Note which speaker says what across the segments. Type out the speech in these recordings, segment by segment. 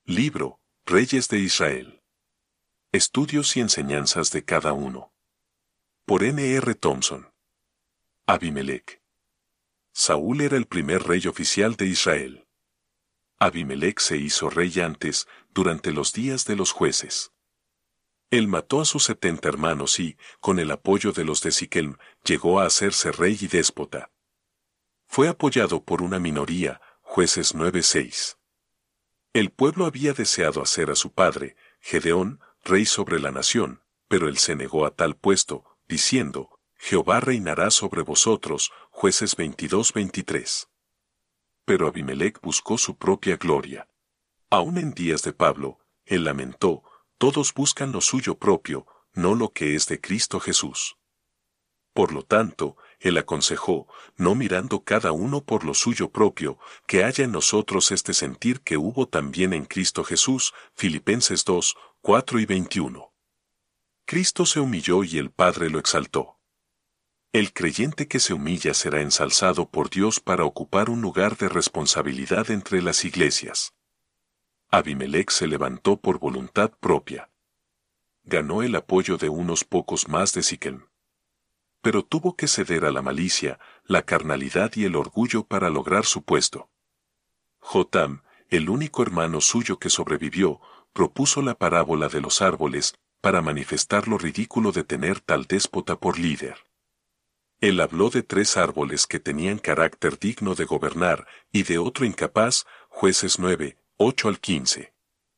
Speaker 1: Libro, Reyes de Israel. Estudios y enseñanzas de cada uno. Por N. R. Thompson. Abimelech. Saúl era el primer rey oficial de Israel. Abimelech se hizo rey antes, durante los días de los jueces. Él mató a sus 70 hermanos y, con el apoyo de los de Siquem, llegó a hacerse rey y déspota. Fue apoyado por una minoría, Jueces 9:6. El pueblo había deseado hacer a su padre, Gedeón, rey sobre la nación, pero él se negó a tal puesto, diciendo, Jehová reinará sobre vosotros, Jueces 22:23. Pero Abimelech buscó su propia gloria. Aún en días de Pablo, él lamentó, todos buscan lo suyo propio, no lo que es de Cristo Jesús. Por lo tanto, él aconsejó, no mirando cada uno por lo suyo propio, que haya en nosotros este sentir que hubo también en Cristo Jesús, Filipenses 2:4-21. Cristo se humilló y el Padre lo exaltó. El creyente que se humilla será ensalzado por Dios para ocupar un lugar de responsabilidad entre las iglesias. Abimelech se levantó por voluntad propia. Ganó el apoyo de unos pocos más de Siquem. Pero tuvo que ceder a la malicia, la carnalidad y el orgullo para lograr su puesto. Jotam, el único hermano suyo que sobrevivió, propuso la parábola de los árboles, para manifestar lo ridículo de tener tal déspota por líder. Él habló de 3 árboles que tenían carácter digno de gobernar, y de otro incapaz, Jueces 9:8-15.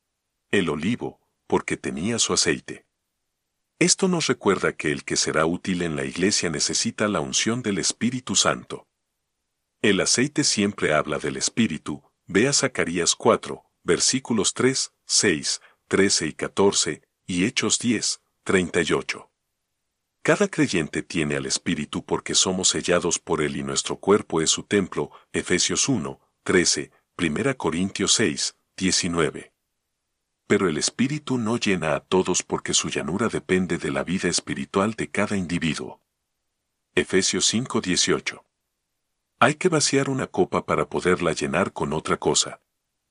Speaker 1: El olivo, porque tenía su aceite. Esto nos recuerda que el que será útil en la iglesia necesita la unción del Espíritu Santo. El aceite siempre habla del Espíritu, vea Zacarías 4, versículos 3, 6, 13 y 14, y Hechos 10, 38. Cada creyente tiene al Espíritu porque somos sellados por Él y nuestro cuerpo es su templo, Efesios 1, 13, 1 Corintios 6, 19. Pero el Espíritu no llena a todos porque su llanura depende de la vida espiritual de cada individuo. Efesios 5:18. Hay que vaciar una copa para poderla llenar con otra cosa.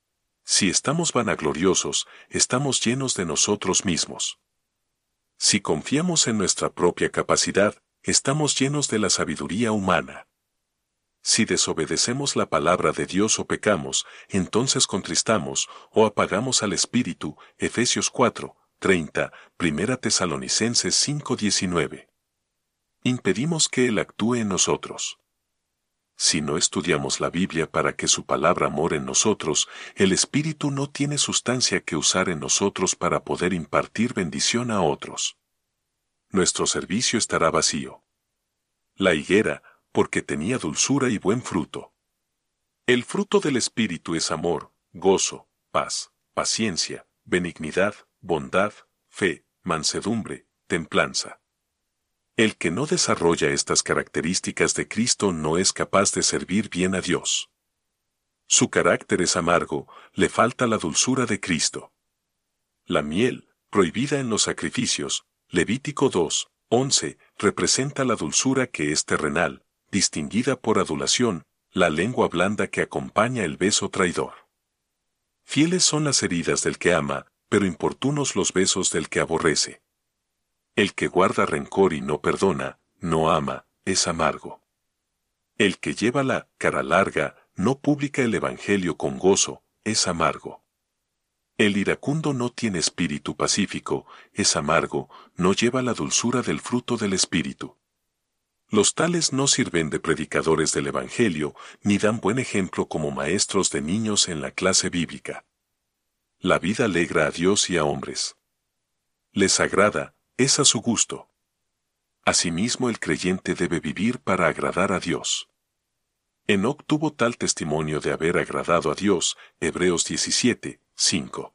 Speaker 1: Si estamos vanagloriosos, estamos llenos de nosotros mismos. Si confiamos en nuestra propia capacidad, estamos llenos de la sabiduría humana. Si desobedecemos la palabra de Dios o pecamos, entonces contristamos o apagamos al Espíritu, Efesios 4, 30, 1 Tesalonicenses 5:19. Impedimos que Él actúe en nosotros. Si no estudiamos la Biblia para que su palabra more en nosotros, el Espíritu no tiene sustancia que usar en nosotros para poder impartir bendición a otros. Nuestro servicio estará vacío. La higuera, porque tenía dulzura y buen fruto. El fruto del Espíritu es amor, gozo, paz, paciencia, benignidad, bondad, fe, mansedumbre, templanza. El que no desarrolla estas características de Cristo no es capaz de servir bien a Dios. Su carácter es amargo, le falta la dulzura de Cristo. La miel, prohibida en los sacrificios, Levítico 2, 11, representa la dulzura que es terrenal, distinguida por adulación, la lengua blanda que acompaña el beso traidor. Fieles son las heridas del que ama, pero importunos los besos del que aborrece. El que guarda rencor y no perdona, no ama, es amargo. El que lleva la cara larga, no publica el evangelio con gozo, es amargo. El iracundo no tiene espíritu pacífico, es amargo, no lleva la dulzura del fruto del espíritu. Los tales no sirven de predicadores del Evangelio, ni dan buen ejemplo como maestros de niños en la clase bíblica. La vida alegra a Dios y a hombres. Les agrada, es a su gusto. Asimismo el creyente debe vivir para agradar a Dios. Enoc tuvo tal testimonio de haber agradado a Dios, Hebreos 17, 5.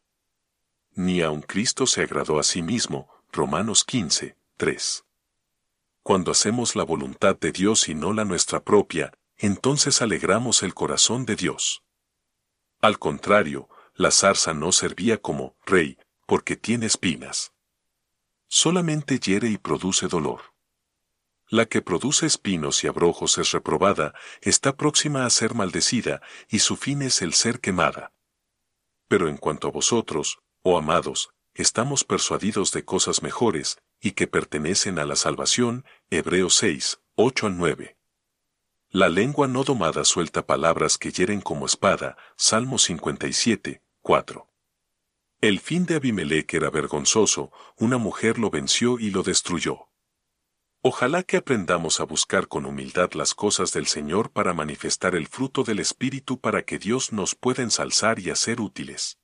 Speaker 1: Ni aun Cristo se agradó a sí mismo, Romanos 15, 3. Cuando hacemos la voluntad de Dios y no la nuestra propia, entonces alegramos el corazón de Dios. Al contrario, la zarza no servía como rey, porque tiene espinas. Solamente hiere y produce dolor. La que produce espinos y abrojos es reprobada, está próxima a ser maldecida, y su fin es el ser quemada. Pero en cuanto a vosotros, oh amados, estamos persuadidos de cosas mejores, y que pertenecen a la salvación, Hebreos 6, 8 al 9. La lengua no domada suelta palabras que hieren como espada, Salmo 57, 4. El fin de Abimelec era vergonzoso, una mujer lo venció y lo destruyó. Ojalá que aprendamos a buscar con humildad las cosas del Señor para manifestar el fruto del Espíritu para que Dios nos pueda ensalzar y hacer útiles.